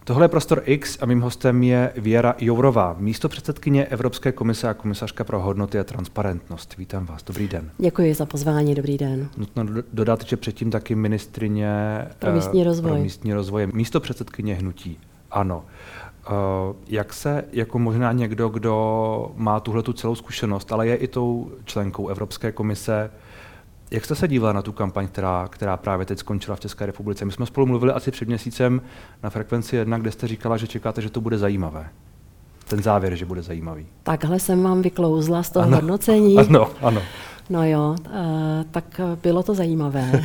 Tohle je Prostor X a mým hostem je Věra Jourová, místopředsedkyně Evropské komise a komisařka pro hodnoty a transparentnost. Vítám vás, dobrý den. Děkuji za pozvání, dobrý den. Nutno dodat, že předtím taky ministryně pro místní rozvoj. Místopředsedkyně hnutí ANO. Jak se jako možná někdo, kdo má tuhletu celou zkušenost, ale je i tou členkou Evropské komise, jak jste se dívala na tu kampaň, která právě teď skončila v České republice? My jsme spolu mluvili asi před měsícem na Frekvenci 1, kde jste říkala, že čekáte, že to bude zajímavé. Ten závěr, že bude zajímavý. Takhle jsem vám vyklouzla z toho hodnocení. Ano. No jo, tak bylo to zajímavé.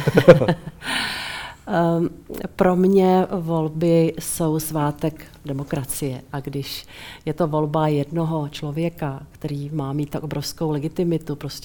Pro mě volby jsou svátek demokracie a když je to volba jednoho člověka, který má mít tak obrovskou legitimitu, prostě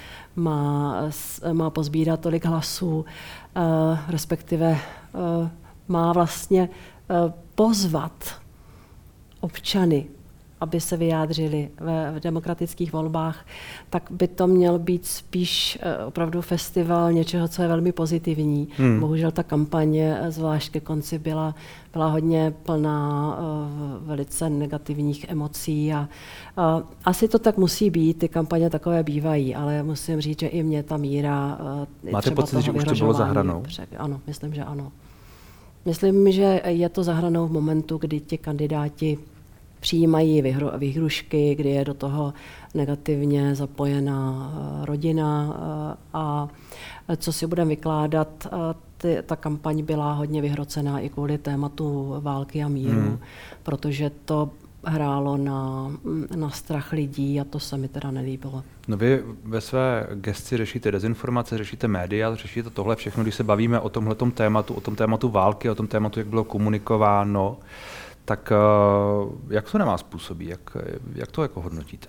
má pozbírat tolik hlasů, respektive má vlastně pozvat občany, aby se vyjádřili v demokratických volbách, tak by to měl být spíš opravdu festival něčeho, co je velmi pozitivní. Bohužel ta kampaně, zvlášť ke konci, byla hodně plná velice negativních emocí a asi to tak musí být, ty kampaně takové bývají, ale musím říct, že i mě ta míra Máte pocit, že už to bylo za hranou? Ano, myslím, že ano. Myslím, že je to za hranou v momentu, kdy ti kandidáti přijímají výhrušky, kdy je do toho negativně zapojená rodina a co si budeme vykládat, ta kampaň byla hodně vyhrocená i kvůli tématu války a míru, protože to hrálo na strach lidí a to se mi teda nelíbilo. No vy ve své gesci řešíte dezinformace, řešíte média, řešíte tohle všechno, když se bavíme o tomhletom tématu, o tom tématu války, o tom tématu, jak bylo komunikováno. Tak jak to na vás působí? Jak to jako hodnotíte?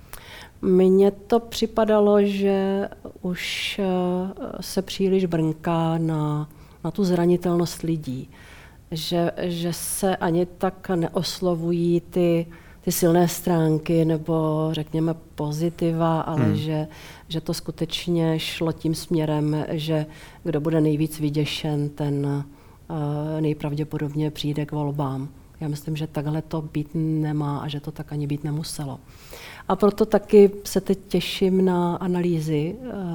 Mně to připadalo, že už se příliš brnká na tu zranitelnost lidí. Že se ani tak neoslovují ty silné stránky nebo řekněme pozitiva, ale že to skutečně šlo tím směrem, že kdo bude nejvíc vyděšen, ten nejpravděpodobně přijde k volbám. Já myslím, že takhle to být nemá a že to tak ani být nemuselo. A proto taky se teď těším na analýzy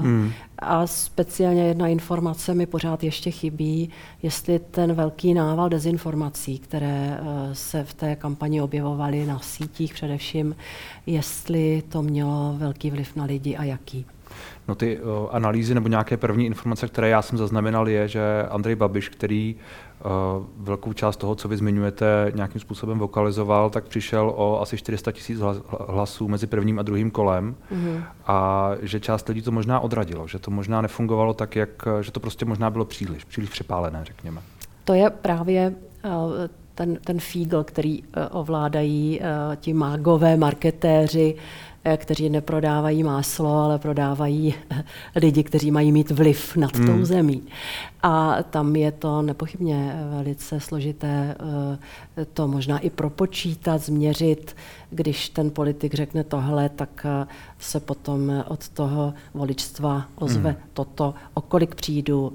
a speciálně jedna informace mi pořád ještě chybí, jestli ten velký nával dezinformací, které se v té kampani objevovaly na sítích především, jestli to mělo velký vliv na lidi a jaký. No ty analýzy nebo nějaké první informace, které já jsem zaznamenal, je, že Andrej Babiš, který velkou část toho, co vy zmiňujete, nějakým způsobem vokalizoval, tak přišel o asi 400 000 hlasů mezi prvním a druhým kolem a že část lidí to možná odradilo, že to možná nefungovalo tak, že to prostě možná bylo příliš přepálené, řekněme. To je právě ten fígl, který ovládají ti mágové marketéři, kteří neprodávají máslo, ale prodávají lidi, kteří mají mít vliv nad tou zemí. A tam je to nepochybně velice složité to možná i propočítat, změřit. Když ten politik řekne tohle, tak se potom od toho voličstva ozve toto, o kolik přijdu,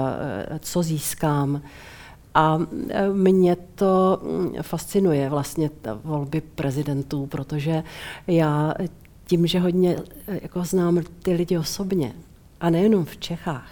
co získám. A mě to fascinuje vlastně volby prezidentů, protože já tím, že hodně jako znám ty lidi osobně, a nejenom v Čechách,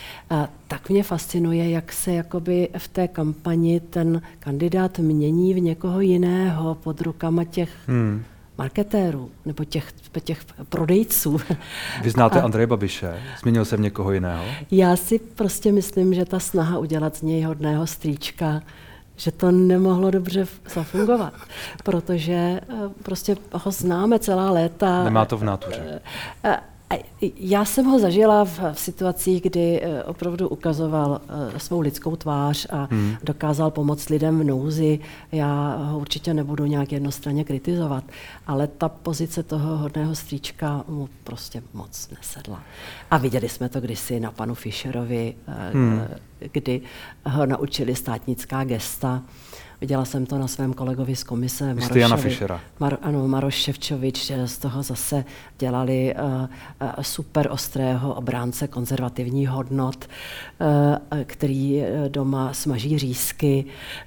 tak mě fascinuje, jak se jakoby v té kampani ten kandidát mění v někoho jiného pod rukama těch marketérů nebo těch prodejců. Vy znáte Andreje Babiše? Změnil jsem někoho jiného? Já si prostě myslím, že ta snaha udělat z něj hodného strýčka, že to nemohlo dobře zafungovat, protože prostě ho známe celá léta. Nemá to v nátuře. Já jsem ho zažila v situacích, kdy opravdu ukazoval svou lidskou tvář a dokázal pomoct lidem v nouzi. Já ho určitě nebudu nějak jednostranně kritizovat, ale ta pozice toho hodného strýčka mu prostě moc nesedla. A viděli jsme to kdysi na panu Fischerovi, kdy ho naučili státnická gesta. Viděla jsem to na svém kolegovi z komise Jana Fischera. Maroš Ševčovič, z toho zase dělali super ostrého obránce konzervativních hodnot, který doma smaží řízky.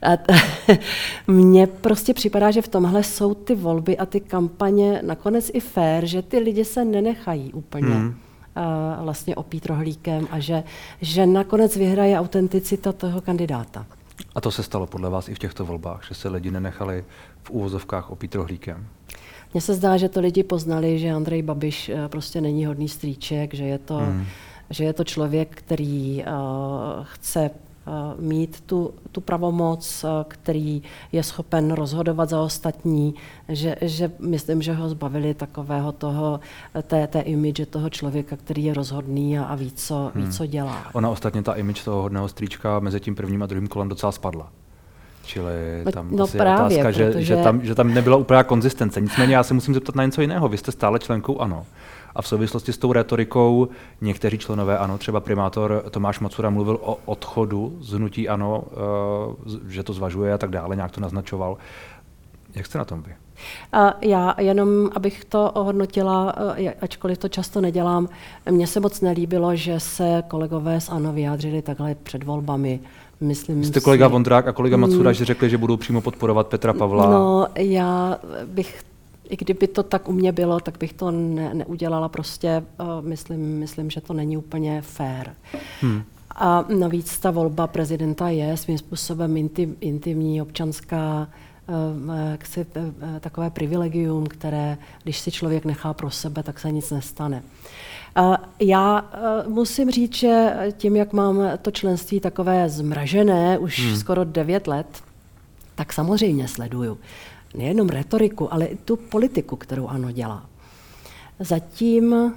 Mně prostě připadá, že v tomhle jsou ty volby a ty kampaně nakonec i fér, že ty lidi se nenechají úplně vlastně opít rohlíkem a že nakonec vyhraje autenticita toho kandidáta. A to se stalo podle vás i v těchto volbách, že se lidi nenechali v úvozovkách opít rohlíkem? Mně se zdá, že to lidi poznali, že Andrej Babiš prostě není hodný strýček, že je to člověk, který chce mít tu pravomoc, který je schopen rozhodovat za ostatní, že myslím, že ho zbavili takového té image toho člověka, který je rozhodný a ví, co dělá. Ona ostatně ta image toho hodného strýčka mezi tím prvním a druhým kolem docela spadla. Čili tam no právě, je otázka, protože... že tam nebyla úplná konzistence. Nicméně já se musím zeptat na něco jiného. Vy jste stále členkou ANO. A v souvislosti s tou retorikou někteří členové ANO, třeba primátor Tomáš Macura, mluvil o odchodu z hnutí ANO, že to zvažuje a tak dále, nějak to naznačoval. Jak jste na tom vy? Já jenom, abych to ohodnotila, ačkoliv to často nedělám, mně se moc nelíbilo, že se kolegové z ANO vyjádřili takhle před volbami. Jste kolega Vondrák a kolega Macura, že řekli, že budou přímo podporovat Petra Pavla? No, já bych, i kdyby to tak u mě bylo, tak bych to neudělala. Prostě myslím, že to není úplně fér. A navíc ta volba prezidenta je svým způsobem intimní, občanská, takové privilegium, které, když si člověk nechá pro sebe, tak se nic nestane. Já musím říct, že tím, jak mám to členství takové zmražené už skoro 9 let, tak samozřejmě sleduju nejenom retoriku, ale i tu politiku, kterou ANO dělá. Zatím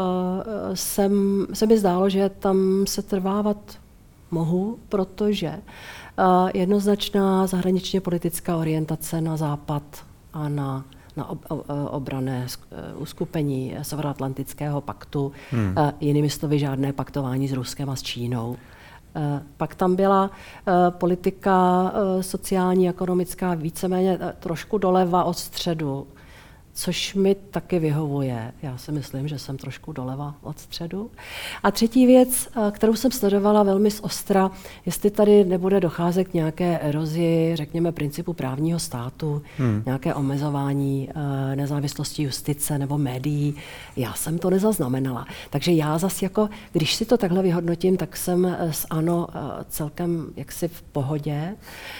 se mi zdálo, že tam se trvávat mohu, protože jednoznačná zahraničně politická orientace na západ a na obranné uskupení Severoatlantického paktu, jinými slovy žádné paktování s Ruskem a s Čínou. Pak tam byla politika sociální, ekonomická, víceméně trošku doleva od středu, což mi taky vyhovuje. Já si myslím, že jsem trošku doleva od středu. A třetí věc, kterou jsem sledovala velmi zostra, jestli tady nebude docházet k nějaké erozi, řekněme, principu právního státu, nějaké omezování nezávislosti justice nebo médií. Já jsem to nezaznamenala. Takže já zase jako, když si to takhle vyhodnotím, tak jsem s ANO celkem jaksi v pohodě.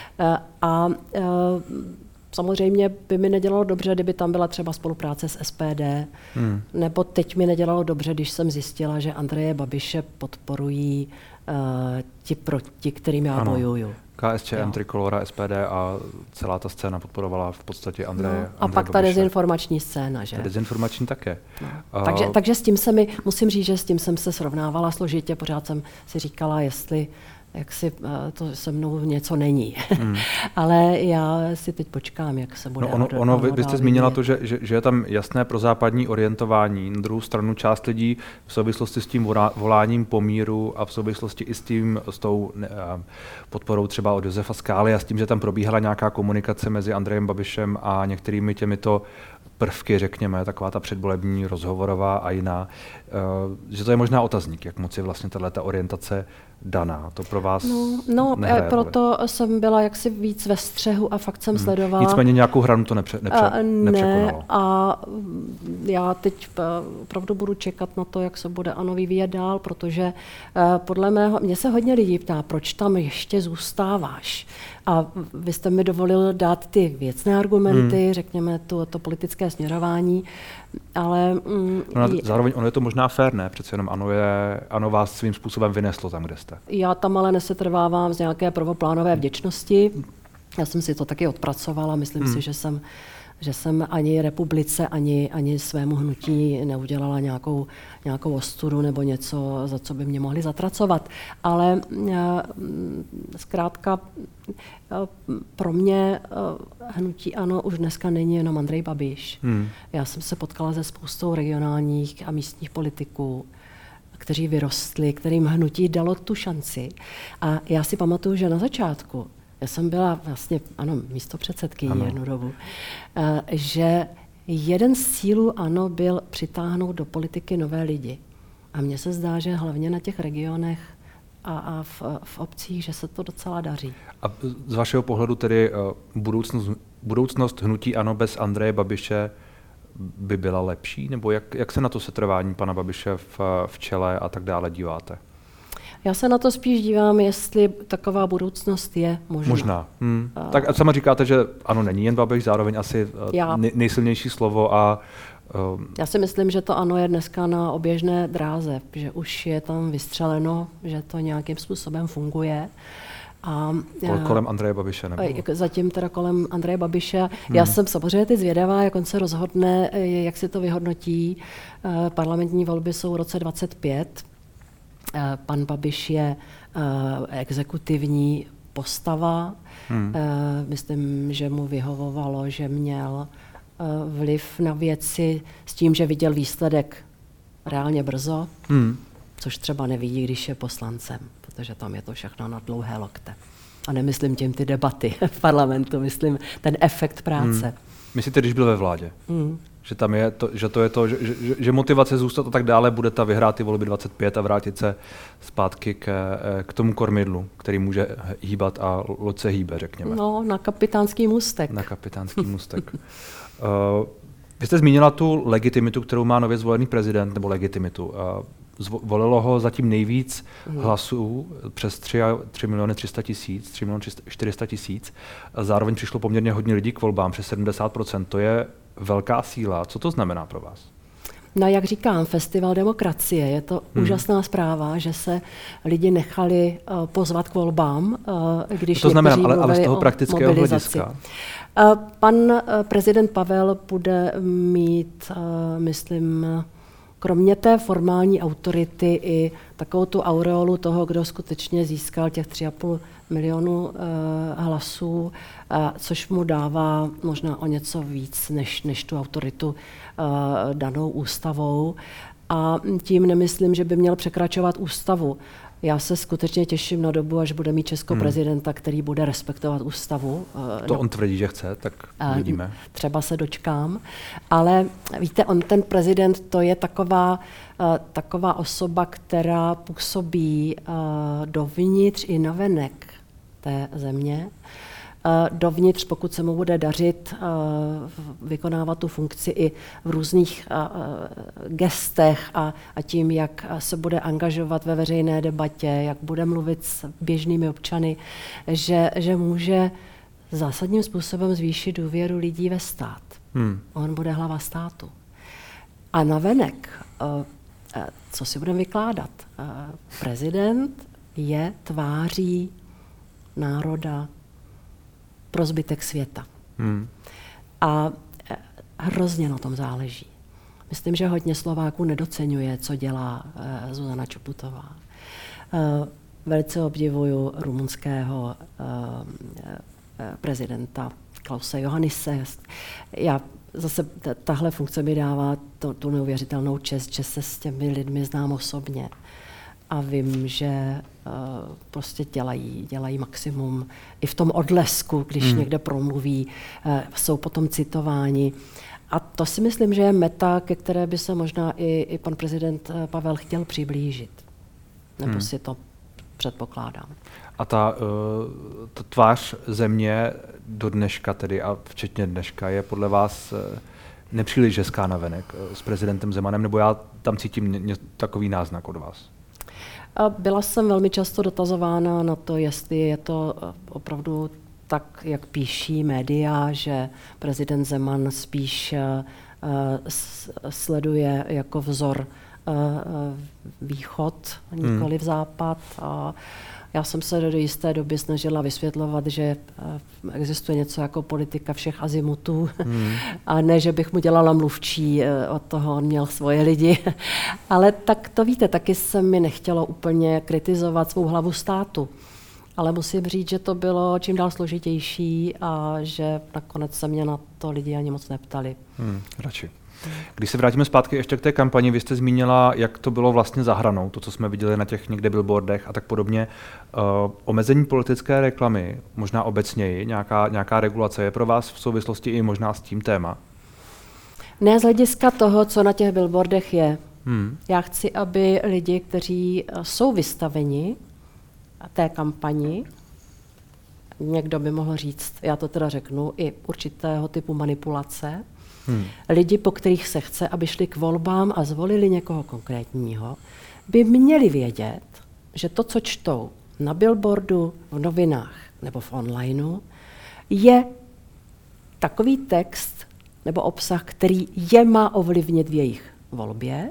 Samozřejmě by mi nedělalo dobře, kdyby tam byla třeba spolupráce s SPD, nebo teď mi nedělalo dobře, když jsem zjistila, že Andreje Babiše podporují ti proti, kterým já bojuju. KSČM, Trikolora, SPD a celá ta scéna podporovala v podstatě Andreje a pak ta dezinformační scéna, že? Dezinformační také. No. Takže s tím musím říct, že s tím jsem se srovnávala složitě, pořád jsem si říkala, jestli to se mnou něco není. Ale já si teď počkám, jak se bude. Vy jste zmínila to, že je tam jasné prozápadní orientování. Na druhou stranu část lidí v souvislosti s tím voláním po míru a v souvislosti i s tou podporou třeba od Josefa Skály a s tím, že tam probíhala nějaká komunikace mezi Andrejem Babišem a některými těmito prvky, řekněme, taková ta předvolební, rozhovorová a jiná, že to je možná otazník, jak moc je vlastně tato orientace daná. To pro vás proto jsem byla jaksi víc ve střehu a fakt jsem sledovala. Nicméně nějakou hranu to nepřekonalo. A já teď opravdu budu čekat na to, jak se bude ANO vyvíjet dál, protože podle mě se hodně lidí ptá, proč tam ještě zůstáváš. A vy jste mi dovolil dát ty věcné argumenty, řekněme to politické směrování, ale... zároveň ono je to možná fér, ne? Přece jenom ANO vás svým způsobem vyneslo tam, kde jste. Já tam ale nesetrvávám z nějaké prvoplánové vděčnosti. Já jsem si to taky odpracovala, myslím si, že jsem ani republice, ani svému hnutí neudělala nějakou ostudu nebo něco, za co by mě mohli zatracovat. Ale zkrátka pro mě hnutí ANO už dneska není jenom Andrej Babiš. Já jsem se potkala se spoustou regionálních a místních politiků, kteří vyrostli, kterým hnutí dalo tu šanci. A já si pamatuju, že na začátku já jsem byla vlastně, ano, místopředsedkyní jednu dobu, že jeden z cílů ANO byl přitáhnout do politiky nové lidi. A mně se zdá, že hlavně na těch regionech a v obcích, že se to docela daří. A z vašeho pohledu tedy budoucnost hnutí ANO bez Andreje Babiše by byla lepší? Nebo jak se na to setrvání pana Babiše v čele a tak dále díváte? Já se na to spíš dívám, jestli taková budoucnost je možná. Možná. Tak a sama říkáte, že ano, není jen Babiš, zároveň asi nejsilnější slovo a já si myslím, že to ANO je dneska na oběžné dráze, že už je tam vystřeleno, že to nějakým způsobem funguje. A kolem Andreje Babiše? Nebo? Zatím teda kolem Andreje Babiše. Já jsem samozřejmě teď zvědavá, jak on se rozhodne, jak si to vyhodnotí. Parlamentní volby jsou v roce 2025. Pan Babiš je exekutivní postava. Myslím, že mu vyhovovalo, že měl vliv na věci s tím, že viděl výsledek reálně brzo, což třeba nevidí, když je poslancem, protože tam je to všechno na dlouhé lokte. A nemyslím tím ty debaty v parlamentu, myslím ten efekt práce. Myslíte, když byl ve vládě? Že tam je to, že motivace zůstat a tak dále bude ta vyhrát ty volby 25 a vrátit se zpátky k tomu kormidlu, který může hýbat a loď se hýbe, řekněme. No, na kapitánský můstek. Na kapitánský můstek. Vy jste zmínila tu legitimitu, kterou má nově zvolený prezident, nebo legitimitu. Volilo ho zatím nejvíc hlasů, přes 3 300 000, 3 400 000. Zároveň přišlo poměrně hodně lidí k volbám, přes 70%. To je velká síla. Co to znamená pro vás? No, jak říkám, festival demokracie. Je to úžasná zpráva, že se lidi nechali pozvat k volbám, když to znamená, ale z toho praktického hlediska. Pan prezident Pavel bude mít, myslím, kromě té formální autority i takovou tu aureolu toho, kdo skutečně získal těch 3,5 milionu hlasů, což mu dává možná o něco víc než tu autoritu danou ústavou. A tím nemyslím, že by měl překračovat ústavu. Já se skutečně těším na dobu, až bude mít Česko prezidenta, který bude respektovat ústavu. To on tvrdí, že chce, tak uvidíme. Třeba se dočkám. Ale víte, ten prezident, to je taková osoba, která působí dovnitř i navenek té země. Dovnitř, pokud se mu bude dařit vykonávat tu funkci i v různých gestech a tím, jak se bude angažovat ve veřejné debatě, jak bude mluvit s běžnými občany, že může zásadním způsobem zvýšit důvěru lidí ve stát. On bude hlava státu. A navenek, co si budeme vykládat? Prezident je tváří národa pro zbytek světa. A hrozně na tom záleží. Myslím, že hodně Slováků nedoceňuje, co dělá Zuzana Čaputová. Velice obdivuju rumunského prezidenta Klause Johannise. Tahle funkce mi dává tu neuvěřitelnou čest, že se s těmi lidmi znám osobně. A vím, že prostě dělají maximum. I v tom odlesku, když někde promluví, jsou potom citováni. A to si myslím, že je meta, ke které by se možná i pan prezident Pavel chtěl přiblížit. Nebo si to předpokládám. A ta tvář země do dneška tedy, a včetně dneška, je podle vás nepříliš hezká navenek s prezidentem Zemanem, nebo já tam cítím takový náznak od vás? Byla jsem velmi často dotazována na to, jestli je to opravdu tak, jak píší média, že prezident Zeman spíš sleduje jako vzor východ, nikoli v západ. A já jsem se do jisté doby snažila vysvětlovat, že existuje něco jako politika všech azimutů a ne, že bych mu dělala mluvčí, od toho on měl svoje lidi. Ale tak to víte, taky se mi nechtělo úplně kritizovat svou hlavu státu. Ale musím říct, že to bylo čím dál složitější a že nakonec se mě na to lidi ani moc neptali. Radši. Když se vrátíme zpátky ještě k té kampani, vy jste zmínila, jak to bylo vlastně za hranou, to, co jsme viděli na těch někde billboardech a tak podobně. Omezení politické reklamy, možná obecněji, nějaká regulace je pro vás v souvislosti i možná s tím téma? Ne z hlediska toho, co na těch billboardech je. Já chci, aby lidi, kteří jsou vystaveni té kampani, někdo by mohl říct, já to teda řeknu, i určitého typu manipulace, lidi, po kterých se chce, aby šli k volbám a zvolili někoho konkrétního, by měli vědět, že to, co čtou na billboardu, v novinách nebo v onlineu, je takový text nebo obsah, který je má ovlivnit v jejich volbě,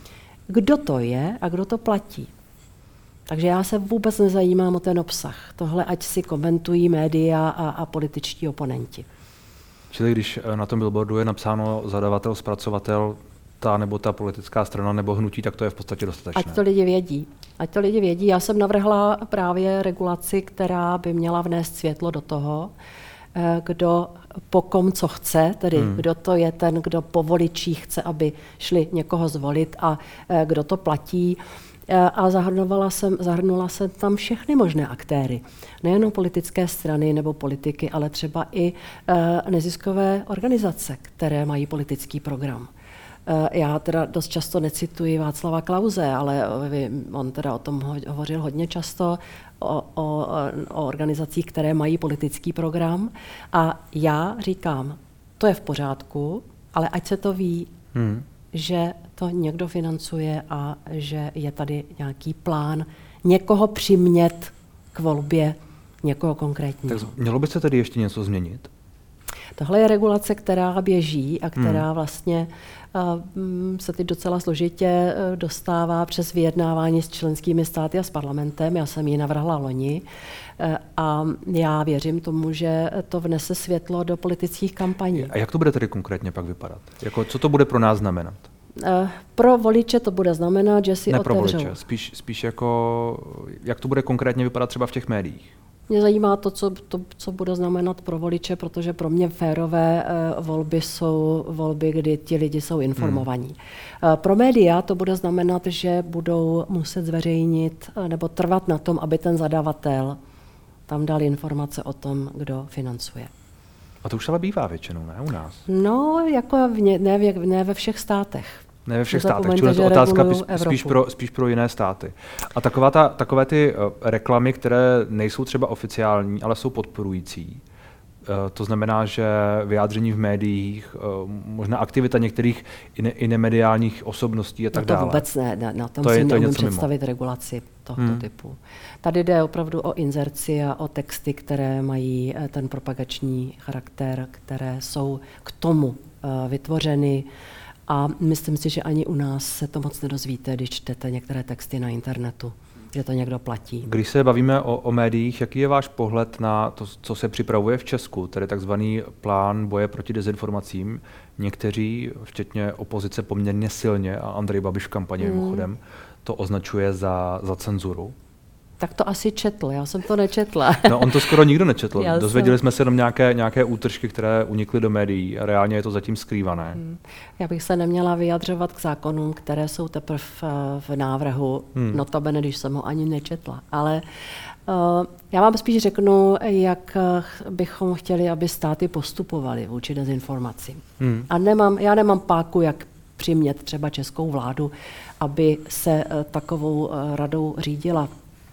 kdo to je a kdo to platí. Takže já se vůbec nezajímám o ten obsah. Tohle ať si komentují média a političtí oponenti. Čili když na tom billboardu je napsáno zadavatel, zpracovatel, ta nebo ta politická strana nebo hnutí, tak to je v podstatě dostatečné. Ať to lidi vědí. Ať to lidi vědí. Já jsem navrhla právě regulaci, která by měla vnést světlo do toho, kdo po kom co chce, tedy kdo to je ten, kdo po voličích chce, aby šli někoho zvolit a kdo to platí. A zahrnula jsem tam všechny možné aktéry. Nejenom politické strany nebo politiky, ale třeba i neziskové organizace, které mají politický program. Já teda dost často necituji Václava Klause, ale on teda o tom hovořil hodně často, o organizacích, které mají politický program. A já říkám, to je v pořádku, ale ať se to ví, že to někdo financuje a že je tady nějaký plán někoho přimět k volbě někoho konkrétního. Tak mělo by se tedy ještě něco změnit? Tohle je regulace, která běží a která vlastně se teď docela složitě dostává přes vyjednávání s členskými státy a s parlamentem. Já jsem ji navrhla loni a já věřím tomu, že to vnese světlo do politických kampaní. A jak to bude tedy konkrétně pak vypadat? Co to bude pro nás znamenat? Pro voliče to bude znamenat, že si otevřou. Ne pro voliče, spíš jako, jak to bude konkrétně vypadat třeba v těch médiích? Mě zajímá to, co bude znamenat pro voliče, protože pro mě férové volby jsou volby, kdy ti lidi jsou informovaní. Pro média to bude znamenat, že budou muset zveřejnit nebo trvat na tom, aby ten zadavatel tam dal informace o tom, kdo financuje. A to už ale bývá většinou, ne u nás? No, jako ne ve všech státech. Ne ve všech státech, čili je to otázka spíš pro jiné státy. A takové ty reklamy, které nejsou třeba oficiální, ale jsou podporující, to znamená, že vyjádření v médiích, možná aktivita některých i nemediálních osobností a tak dále. To vůbec ne, na tom si neumím představit regulaci tohoto typu. Tady jde opravdu o inzerci a o texty, které mají ten propagační charakter, které jsou k tomu vytvořeny. A myslím si, že ani u nás se to moc nedozvíte, když čtete některé texty na internetu, že to někdo platí. Když se bavíme o médiích, jaký je váš pohled na to, co se připravuje v Česku, tedy takzvaný plán boje proti dezinformacím? Někteří, včetně opozice poměrně silně, a Andrej Babiš v kampani mimochodem, to označuje za cenzuru. Tak to asi četl, já jsem to nečetla. No, on to skoro nikdo nečetl. Dozvěděli jsme se jenom nějaké útržky, které unikly do médií a reálně je to zatím skrývané. Já bych se neměla vyjadřovat k zákonům, které jsou teprve v návrhu, notabene, když jsem ho ani nečetla. Ale já vám spíš řeknu, jak bychom chtěli, aby státy postupovaly vůči dezinformacím. A já nemám páku, jak přimět třeba českou vládu, aby se takovou radou řídila.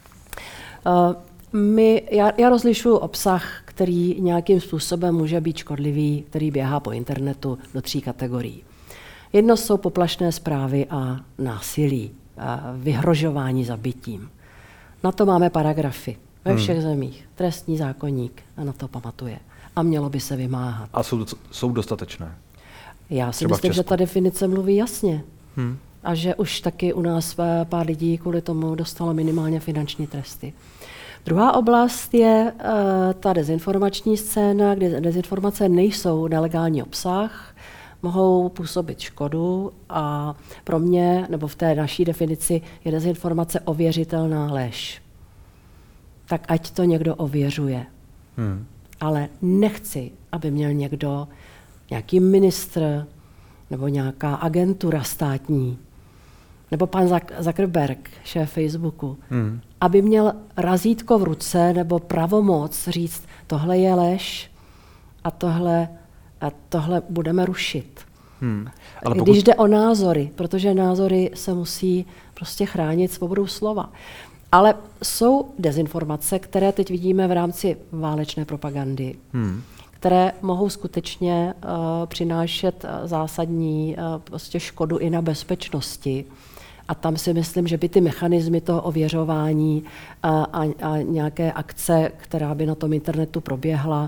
Já rozlišuji obsah, který nějakým způsobem může být škodlivý, který běhá po internetu, do 3 kategorií. Jedno jsou poplašné zprávy a násilí, a vyhrožování zabitím. Na to máme paragrafy ve všech zemích. Trestní zákoník na to pamatuje. A mělo by se vymáhat. A jsou dostatečné? Já si myslím, že ta definice mluví jasně. A že už taky u nás pár lidí kvůli tomu dostalo minimálně finanční tresty. Druhá oblast je ta dezinformační scéna, kde dezinformace nejsou nelegální obsah, mohou působit škodu a pro mě, nebo v té naší definici, je dezinformace ověřitelná lež. Tak ať to někdo ověřuje. Ale nechci, aby měl někdo, nějaký ministr, nebo nějaká agentura státní, nebo pan Zuckerberg, šéf Facebooku, aby měl razítko v ruce nebo pravomoc říct, tohle je lež a tohle budeme rušit. Ale když jde o názory, protože názory se musí prostě chránit svobodou slova. Ale jsou dezinformace, které teď vidíme v rámci válečné propagandy, které mohou skutečně přinášet zásadní prostě škodu i na bezpečnosti. A tam si myslím, že by ty mechanismy toho ověřování a nějaké akce, která by na tom internetu proběhla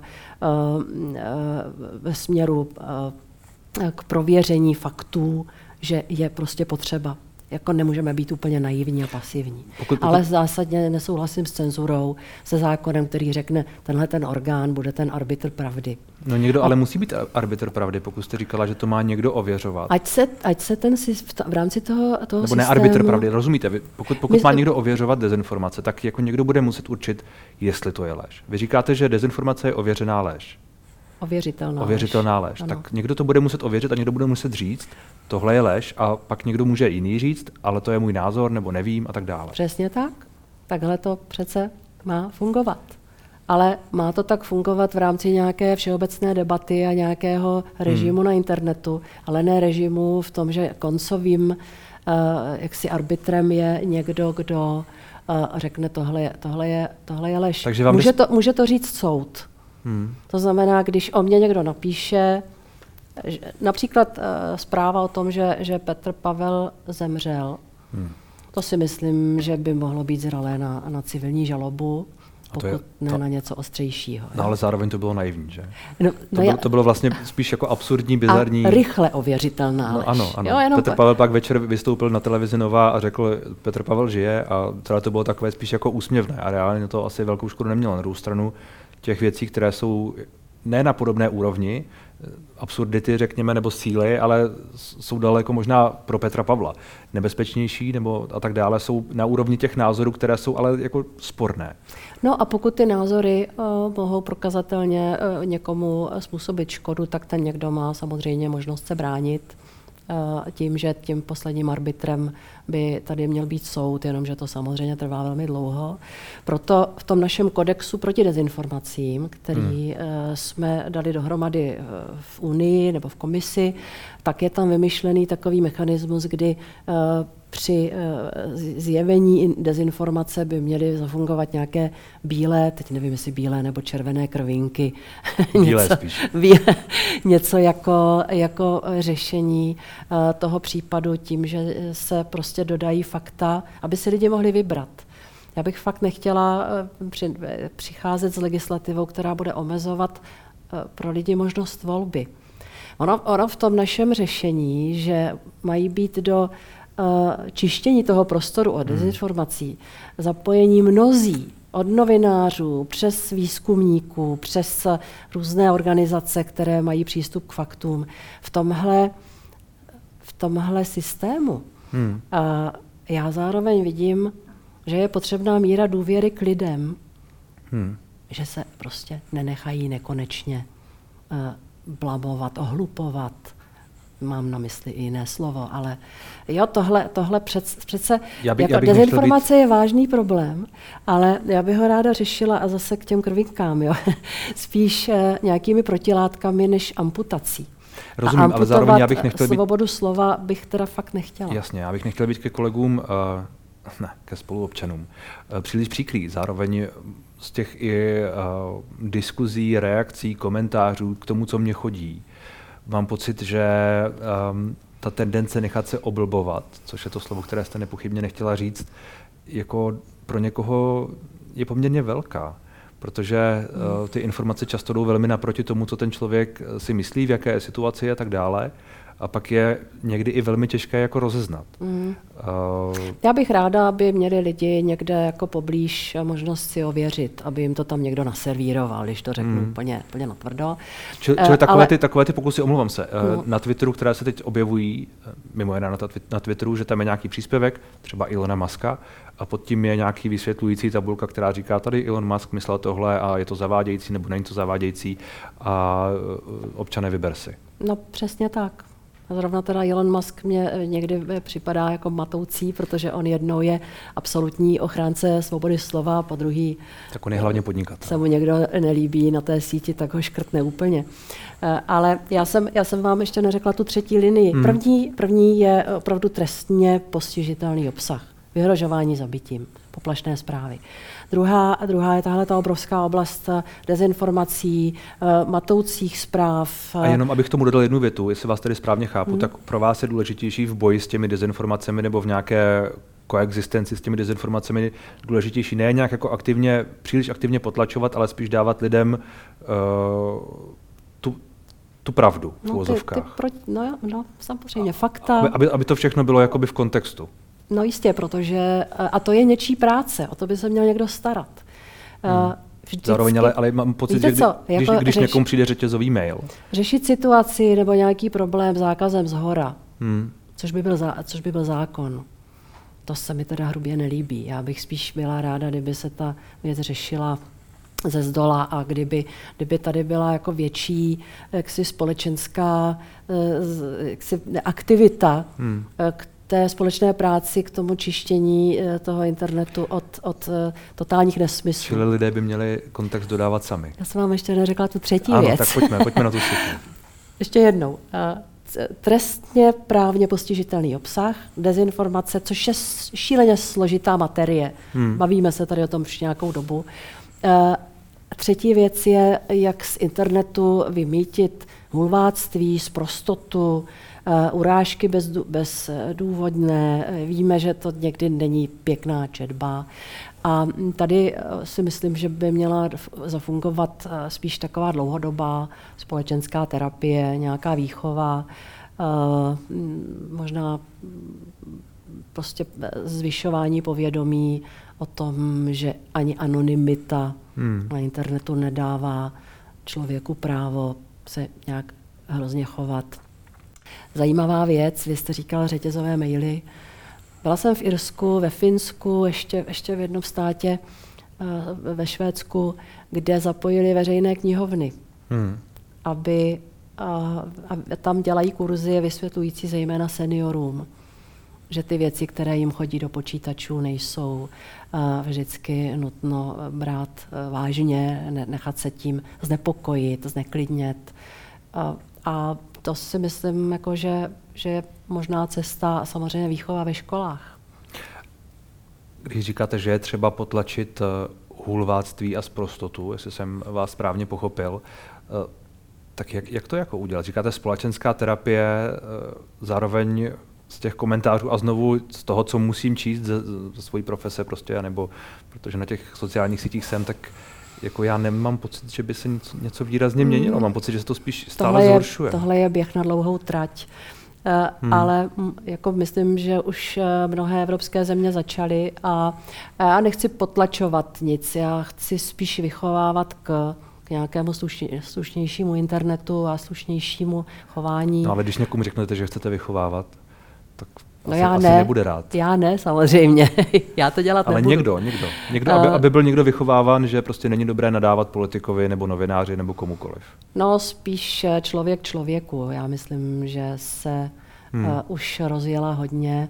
ve směru k prověření faktů, že je prostě potřeba. Jako nemůžeme být úplně naivní a pasivní. Ale zásadně nesouhlasím s cenzurou, se zákonem, který řekne, tenhle ten orgán bude ten arbitr pravdy. No někdo ale musí být arbitr pravdy, pokud jste říkala, že to má někdo ověřovat. Ať se ten v rámci toho nebo systému... ne arbitr pravdy, rozumíte? Pokud má někdo ověřovat dezinformace, tak jako někdo bude muset určit, jestli to je lež. Vy říkáte, že dezinformace je ověřená lež. Ověřitelná lež. Tak někdo to bude muset ověřit a někdo bude muset říct, tohle je lež, a pak někdo může jiný říct, ale to je můj názor, nebo nevím a tak dále. Přesně tak. Takhle to přece má fungovat. Ale má to tak fungovat v rámci nějaké všeobecné debaty a nějakého režimu na internetu, ale ne režimu v tom, že koncovým jaksi arbitrem je někdo, kdo řekne, tohle je lež. Takže může to říct soud. To znamená, když o mě někdo napíše, například zpráva o tom, že Petr Pavel zemřel, to si myslím, že by mohlo být zralé na civilní žalobu, pokud ne na něco ostřejšího. No, ale zároveň to bylo naivní, že? To bylo vlastně spíš jako absurdní, bizarní. A rychle ověřitelná lež. Ano. Petr Pavel pak večer vystoupil na televizi Nova a řekl, Petr Pavel žije, a teda to bylo takové spíš jako úsměvné a reálně to asi velkou škodu nemělo. Na druhou stranu těch věcí, které jsou ne na podobné úrovni, absurdity, řekněme, nebo síly, ale jsou daleko možná pro Petra Pavla nebezpečnější nebo a tak dále, jsou na úrovni těch názorů, které jsou ale jako sporné. No a pokud ty názory mohou prokazatelně někomu způsobit škodu, tak ten někdo má samozřejmě možnost se bránit tím, že tím posledním arbitrem by tady měl být soud, jenomže to samozřejmě trvá velmi dlouho. Proto v tom našem kodexu proti dezinformacím, který jsme dali dohromady v Unii nebo v komisi, tak je tam vymyšlený takový mechanismus, kdy při zjevení dezinformace by měly zafungovat nějaké bílé, teď nevím, jestli bílé nebo červené krvinky. Bílé spíš. Něco jako řešení toho případu tím, že se prostě dodají fakta, aby si lidi mohli vybrat. Já bych fakt nechtěla přicházet s legislativou, která bude omezovat pro lidi možnost volby. Ono v tom našem řešení, že mají být do čištění toho prostoru od dezinformací zapojení mnozí, od novinářů, přes výzkumníků, přes různé organizace, které mají přístup k faktům. V tomhle systému já zároveň vidím, že je potřebná míra důvěry k lidem, že se prostě nenechají nekonečně blamovat, ohlupovat. Mám na mysli i jiné slovo, ale jo, tohle přece dezinformace je vážný problém, ale já bych ho ráda řešila a zase k těm krvinkám, jo, spíš nějakými protilátkami než amputací. Rozumím, ale zároveň já bych nechtěl být... svobodu slova bych teda fakt nechtěla. Jasně, já bych nechtěl být ke kolegům, ke spoluobčanům příliš příkrý. Zároveň z těch i diskuzí, reakcí, komentářů k tomu, co mě chodí, mám pocit, že ta tendence nechat se oblbovat, což je to slovo, které jste nepochybně nechtěla říct, jako pro někoho je poměrně velká, protože ty informace často jdou velmi naproti tomu, co ten člověk si myslí, v jaké situaci je a tak dále. A pak je někdy i velmi těžké jako rozeznat. Já bych ráda, aby měli lidi někde jako poblíž možnost si ověřit, aby jim to tam někdo naservíroval, když to řeknu úplně natvrdo. Čili takové ty pokusy, omlouvám se, na Twitteru, které se teď objevují, mimo jiné na Twitteru, že tam je nějaký příspěvek, třeba Ilona Muska, a pod tím je nějaký vysvětlující tabulka, která říká, tady Elon Musk myslel tohle a je to zavádějící nebo není to zavádějící a občane, vyber si. No přesně tak. A zrovna teda Elon Musk mě někdy připadá jako matoucí, protože on jednou je absolutní ochránce svobody slova, po druhý tak on je hlavně podnikatel. Se mu někdo nelíbí na té síti, tak ho škrtne úplně. Ale já jsem vám ještě neřekla tu třetí linii. První je opravdu trestně postižitelný obsah. Vyhrožování zabitím, poplašné zprávy. Druhá je tahle ta obrovská oblast dezinformací, matoucích zpráv. A jenom abych tomu dodal jednu větu, jestli vás tedy správně chápu, tak pro vás je důležitější v boji s těmi dezinformacemi nebo v nějaké koexistenci s těmi dezinformacemi důležitější ne nějak jako příliš aktivně potlačovat, ale spíš dávat lidem tu pravdu v uvozovkách. No, samozřejmě, fakta. Aby to všechno bylo jakoby v kontextu. No jistě, protože, a to je něčí práce, o to by se měl někdo starat. Zároveň, ale mám pocit, že když někomu přijde řetězový mail. Řešit situaci nebo nějaký problém zákazem zhora, což by byl zákon, to se mi teda hrubě nelíbí. Já bych spíš byla ráda, kdyby se ta věc řešila ze zdola a kdyby tady byla jako větší společenská aktivita k té společné práci, k tomu čištění toho internetu od totálních nesmyslů. Čili lidé by měli kontext dodávat sami. Já jsem vám ještě neřekla tu třetí věc. Ano, tak pojďme na tu třetí. Ještě jednou. Trestně právně postižitelný obsah, dezinformace, což je šíleně složitá materie. Bavíme se tady o tom už nějakou dobu. Třetí věc je, jak z internetu vymýtit hulváctví, sprostotu, urážky bezdůvodné. Víme, že to někdy není pěkná četba. A tady si myslím, že by měla zafungovat spíš taková dlouhodobá společenská terapie, nějaká výchova, možná prostě zvyšování povědomí o tom, že ani anonymita na internetu nedává člověku právo se nějak hrozně chovat. Zajímavá věc, vy jste říkal řetězové maily. Byla jsem v Irsku, ve Finsku, ještě v jednom státě, ve Švédsku, kde zapojili veřejné knihovny, aby tam dělají kurzy vysvětlující zejména seniorům, že ty věci, které jim chodí do počítačů, nejsou vždycky nutno brát vážně, nechat se tím znepokojit, zneklidnět. A to si myslím, jako, že je možná cesta samozřejmě výchova ve školách. Když říkáte, že je třeba potlačit hulváctví a sprostotu, jestli jsem vás správně pochopil, tak jak to jako udělat? Říkáte společenská terapie, zároveň z těch komentářů a znovu z toho, co musím číst ze svojí profese prostě, nebo protože na těch sociálních sítích jsem, tak jako já nemám pocit, že by se něco výrazně měnilo. Mám pocit, že se to spíš stále zhoršuje. Tohle je běh na dlouhou trať. Ale jako myslím, že už mnohé evropské země začaly a já nechci potlačovat nic. Já chci spíš vychovávat k nějakému slušnějšímu internetu a slušnějšímu chování. No ale když někomu řeknete, že chcete vychovávat, tak asi nebude rád. Já ne, samozřejmě. Já to dělat nebudu. Ale někdo aby byl někdo vychováván, že prostě není dobré nadávat politikovi nebo novináři nebo komukoliv. No spíš člověk člověku. Já myslím, že se už rozjela hodně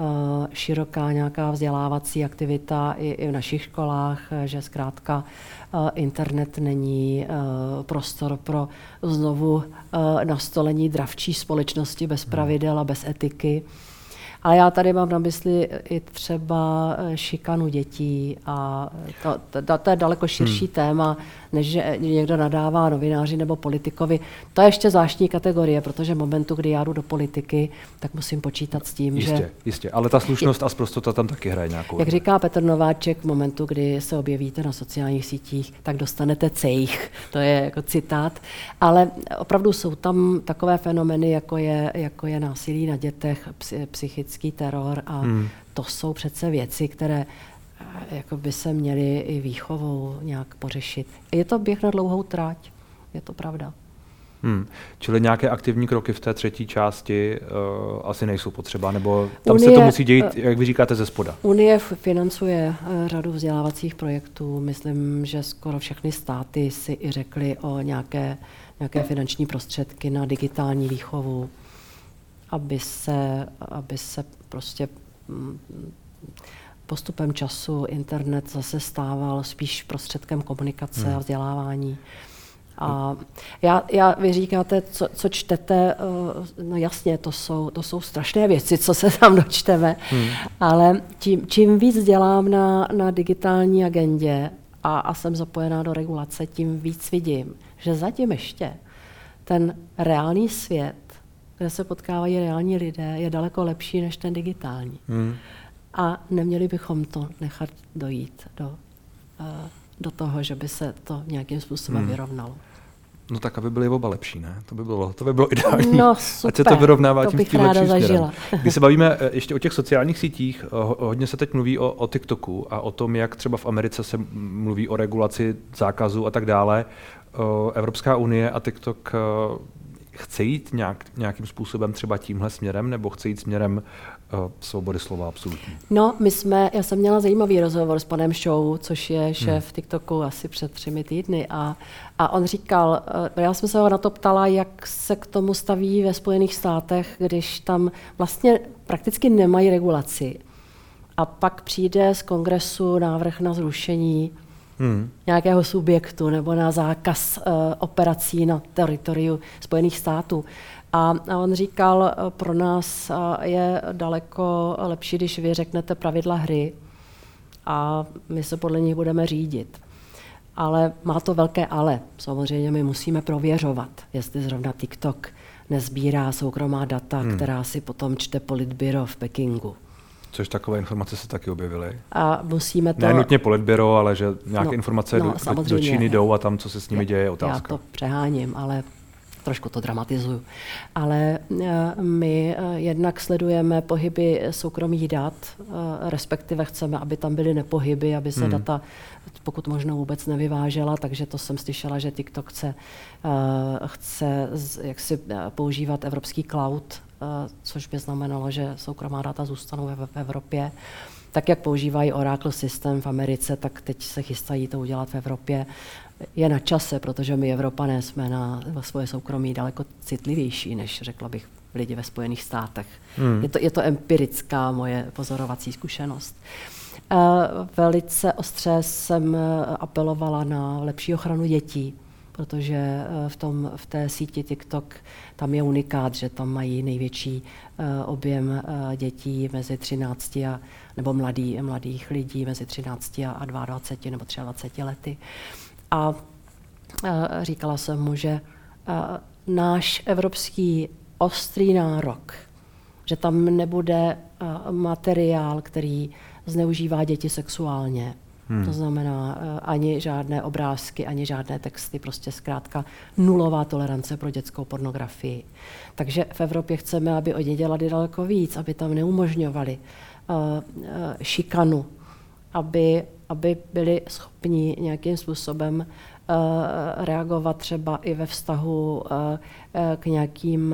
široká nějaká vzdělávací aktivita i v našich školách, že zkrátka internet není prostor pro znovu nastolení dravčí společnosti bez pravidel a bez etiky. Ale já tady mám na mysli i třeba šikanu dětí a to je daleko širší téma, než že někdo nadává novináři nebo politikovi. To je ještě zvláštní kategorie, protože v momentu, kdy já jdu do politiky, tak musím počítat s tím, že... Jistě, ale ta slušnost a sprostota tam taky hraje nějakou. Jak říká Petr Nováček, v momentu, kdy se objevíte na sociálních sítích, tak dostanete cejch. To je jako citát. Ale opravdu jsou tam takové fenomény, jako je násilí na dětech, psychický teror a to jsou přece věci, které jako by se měly i výchovou nějak pořešit. Je to běh na dlouhou trať, je to pravda. Čili nějaké aktivní kroky v té třetí části asi nejsou potřeba, nebo tam se to musí dělat, jak vy říkáte, ze spoda. Unie financuje řadu vzdělávacích projektů. Myslím, že skoro všechny státy si i řekly o nějaké finanční prostředky na digitální výchovu. aby se prostě postupem času internet zase stával spíš prostředkem komunikace a vzdělávání. A vy říkáte, co čtete, no jasně, to jsou strašné věci, co se tam dočteme, ale čím víc dělám na digitální agendě a jsem zapojená do regulace, tím víc vidím, že zatím ještě ten reálný svět, kde se potkávají reální lidé, je daleko lepší než ten digitální. A neměli bychom to nechat dojít do toho, že by se to nějakým způsobem vyrovnalo. No tak, aby byly oba lepší, ne? To by bylo ideální. No super, ať se to vyrovnává to tím bych ráda zažila. Když se bavíme ještě o těch sociálních sítích, hodně se teď mluví o TikToku a o tom, jak třeba v Americe se mluví o regulaci zákazu a tak dále. Evropská unie a TikTok chce jít nějakým způsobem třeba tímhle směrem, nebo chce jít směrem svobody slova absolutní? No, já jsem měla zajímavý rozhovor s panem Shou, což je šéf TikToku asi před 3 týdny a on říkal, já jsem se ho na to ptala, jak se k tomu staví ve Spojených státech, když tam vlastně prakticky nemají regulaci. A pak přijde z kongresu návrh na zrušení nějakého subjektu nebo na zákaz operací na teritoriu Spojených států. A on říkal, pro nás je daleko lepší, když vy řeknete pravidla hry a my se podle nich budeme řídit. Ale má to velké ale. Samozřejmě my musíme prověřovat, jestli zrovna TikTok nezbírá soukromá data, která si potom čte politbyro v Pekingu. Což takové informace se taky objevily. A musíme to... Ne nutně politbyro, ale že nějaké informace do Číny jdou a tam, co se s nimi děje, je otázka. Já to přeháním, ale trošku to dramatizuju. Ale my jednak sledujeme pohyby soukromých dat, respektive chceme, aby tam byly nepohyby, aby se data pokud možno vůbec nevyvážela, takže to jsem slyšela, že TikTok chce jaksi používat evropský cloud, což by znamenalo, že soukromá data zůstanou v Evropě. Tak, jak používají Oracle System v Americe, tak teď se chystají to udělat v Evropě. Je na čase, protože my Evropané jsme na svoje soukromí daleko citlivější, než řekla bych lidi ve Spojených státech. Je to empirická moje pozorovací zkušenost. Velice ostře jsem apelovala na lepší ochranu dětí, protože v té síti TikTok tam je unikát, že tam mají největší objem dětí mezi 13 nebo mladých lidí mezi 13 a 22 nebo 23 lety. A říkala jsem mu, že náš evropský ostrý nárok, že tam nebude materiál, který zneužívá děti sexuálně. To znamená ani žádné obrázky, ani žádné texty, prostě zkrátka nulová tolerance pro dětskou pornografii. Takže v Evropě chceme, aby oni dělali daleko víc, aby tam neumožňovali šikanu, aby byli schopni nějakým způsobem reagovat třeba i ve vztahu k nějakým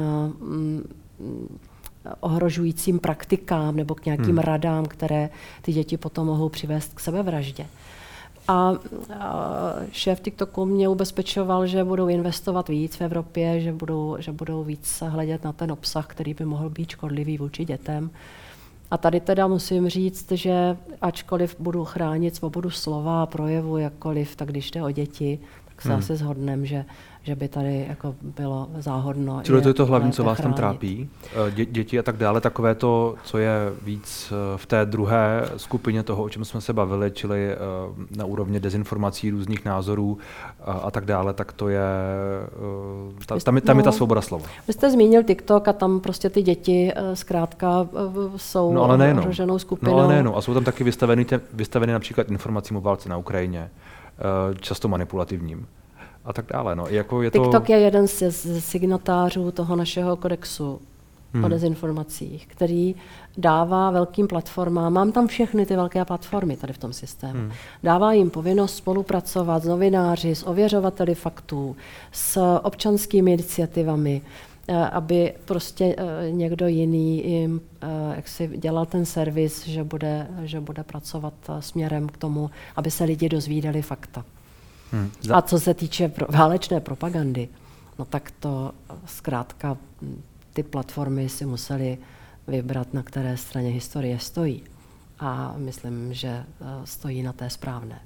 ohrožujícím praktikám nebo k nějakým radám, které ty děti potom mohou přivést k sebevraždě. A šéf TikToku mě ubezpečoval, že budou investovat víc v Evropě, že budou víc hledět na ten obsah, který by mohl být škodlivý vůči dětem. A tady teda musím říct, že ačkoliv budu chránit svobodu slova a projevu jakkoliv, tak když jde o děti, tak se asi shodneme, že by tady jako bylo záhodno. Čili to je to hlavní, co vás tam trápí? Děti a tak dále, takové to, co je víc v té druhé skupině toho, o čem jsme se bavili, čili na úrovni dezinformací, různých názorů a tak dále, tak to je, tam je ta svoboda slova. Vy jste zmínil TikTok a tam prostě ty děti zkrátka jsou ohroženou skupinou. No ale nejenom. A jsou tam taky vystaveny například informacím o válce na Ukrajině, často manipulativním. A tak dále. No. TikTok je jeden z signatářů toho našeho kodexu o dezinformacích, který dává velkým platformám, mám tam všechny ty velké platformy tady v tom systému, dává jim povinnost spolupracovat s novináři, s ověřovateli faktů, s občanskými iniciativami, aby prostě někdo jiný jim jaksi dělal ten servis, že bude pracovat směrem k tomu, aby se lidi dozvídali fakta. A co se týče válečné propagandy, no tak to zkrátka ty platformy si musely vybrat, na které straně historie stojí. A myslím, že stojí na té správné.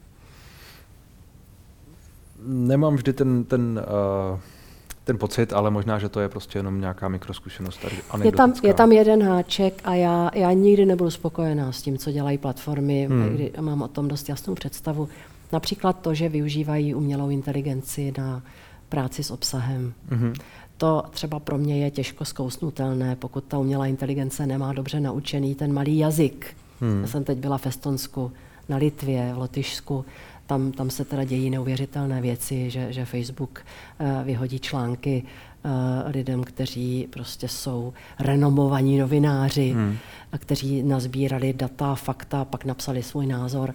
Nemám vždy ten pocit, ale možná, že to je prostě jenom nějaká mikrozkušenost. Je tam jeden háček a já nikdy nebudu spokojená s tím, co dělají platformy, kdy mám o tom dost jasnou představu. Například to, že využívají umělou inteligenci na práci s obsahem. To třeba pro mě je těžko zkousnutelné, pokud ta umělá inteligence nemá dobře naučený ten malý jazyk. Já jsem teď byla v Estonsku, na Litvě, v Lotyšsku. Tam se teda dějí neuvěřitelné věci, že Facebook vyhodí články lidem, kteří prostě jsou renomovaní novináři a kteří nazbírali data, fakta, pak napsali svůj názor.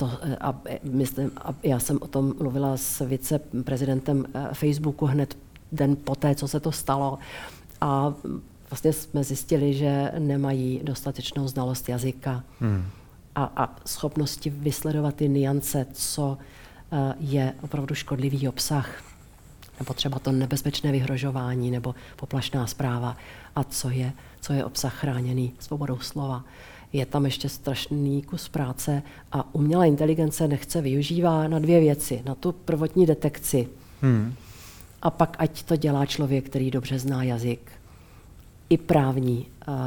Já jsem o tom mluvila s viceprezidentem Facebooku hned den poté, co se to stalo. A vlastně jsme zjistili, že nemají dostatečnou znalost jazyka a schopnosti vysledovat ty nuance, co je opravdu škodlivý obsah, nebo třeba to nebezpečné vyhrožování, nebo poplašná zpráva a co je obsah chráněný svobodou slova. Je tam ještě strašný kus práce a umělá inteligence nechce využívá na dvě věci. Na tu prvotní detekci a pak ať to dělá člověk, který dobře zná jazyk. I právní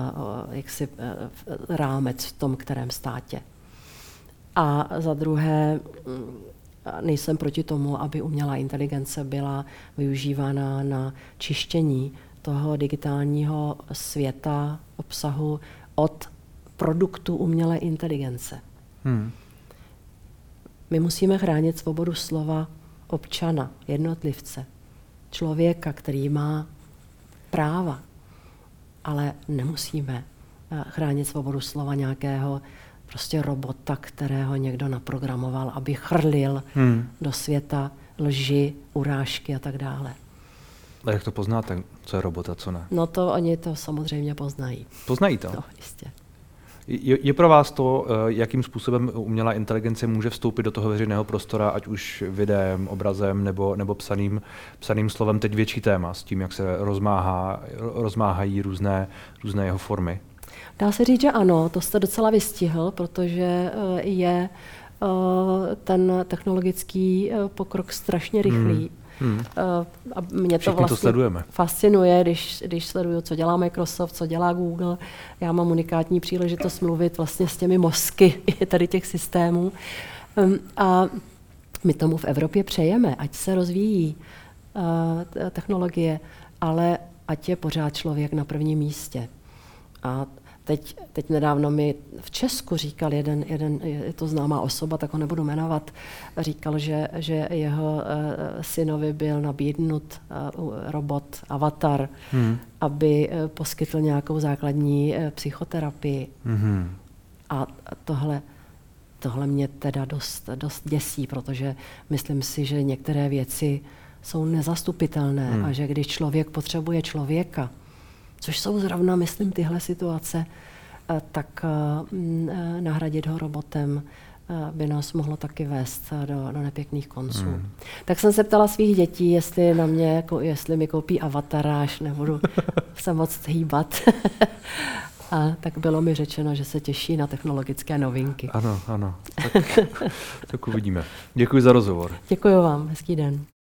rámec v tom kterém státě. A za druhé, nejsem proti tomu, aby umělá inteligence byla využívána na čištění toho digitálního světa, obsahu od produktu umělé inteligence. My musíme chránit svobodu slova občana, jednotlivce, člověka, který má práva, ale nemusíme chránit svobodu slova nějakého prostě robota, kterého někdo naprogramoval, aby chrlil do světa lži, urážky a tak dále. A jak to poznáte, co je robot a co ne? No to oni to samozřejmě poznají. Poznají to? No, jistě. Je pro vás to, jakým způsobem umělá inteligence může vstoupit do toho veřejného prostora, ať už videem, obrazem nebo psaným slovem, teď větší téma s tím, jak se rozmáhají různé jeho formy? Dá se říct, že ano, to jste docela vystihl, protože je ten technologický pokrok strašně rychlý. A mě to vlastně fascinuje, když sleduju, co dělá Microsoft, co dělá Google. Já mám unikátní příležitost mluvit vlastně s těmi mozky tady těch systémů. A my tomu v Evropě přejeme, ať se rozvíjí technologie, ale ať je pořád člověk na prvním místě. A teď nedávno mi v Česku říkal jeden je to známá osoba, tak ho nebudu jmenovat, říkal, že jeho synovi byl nabídnut robot Avatar, aby poskytl nějakou základní psychoterapii. A tohle mě teda dost děsí, protože myslím si, že některé věci jsou nezastupitelné a že když člověk potřebuje člověka, což jsou zrovna, myslím, tyhle situace, tak nahradit ho robotem by nás mohlo taky vést do nepěkných konců. Tak jsem se ptala svých dětí, jestli mi koupí avatara, až nebudu se moc hýbat. A tak bylo mi řečeno, že se těší na technologické novinky. Ano. Tak uvidíme. Děkuji za rozhovor. Děkuji vám, hezký den.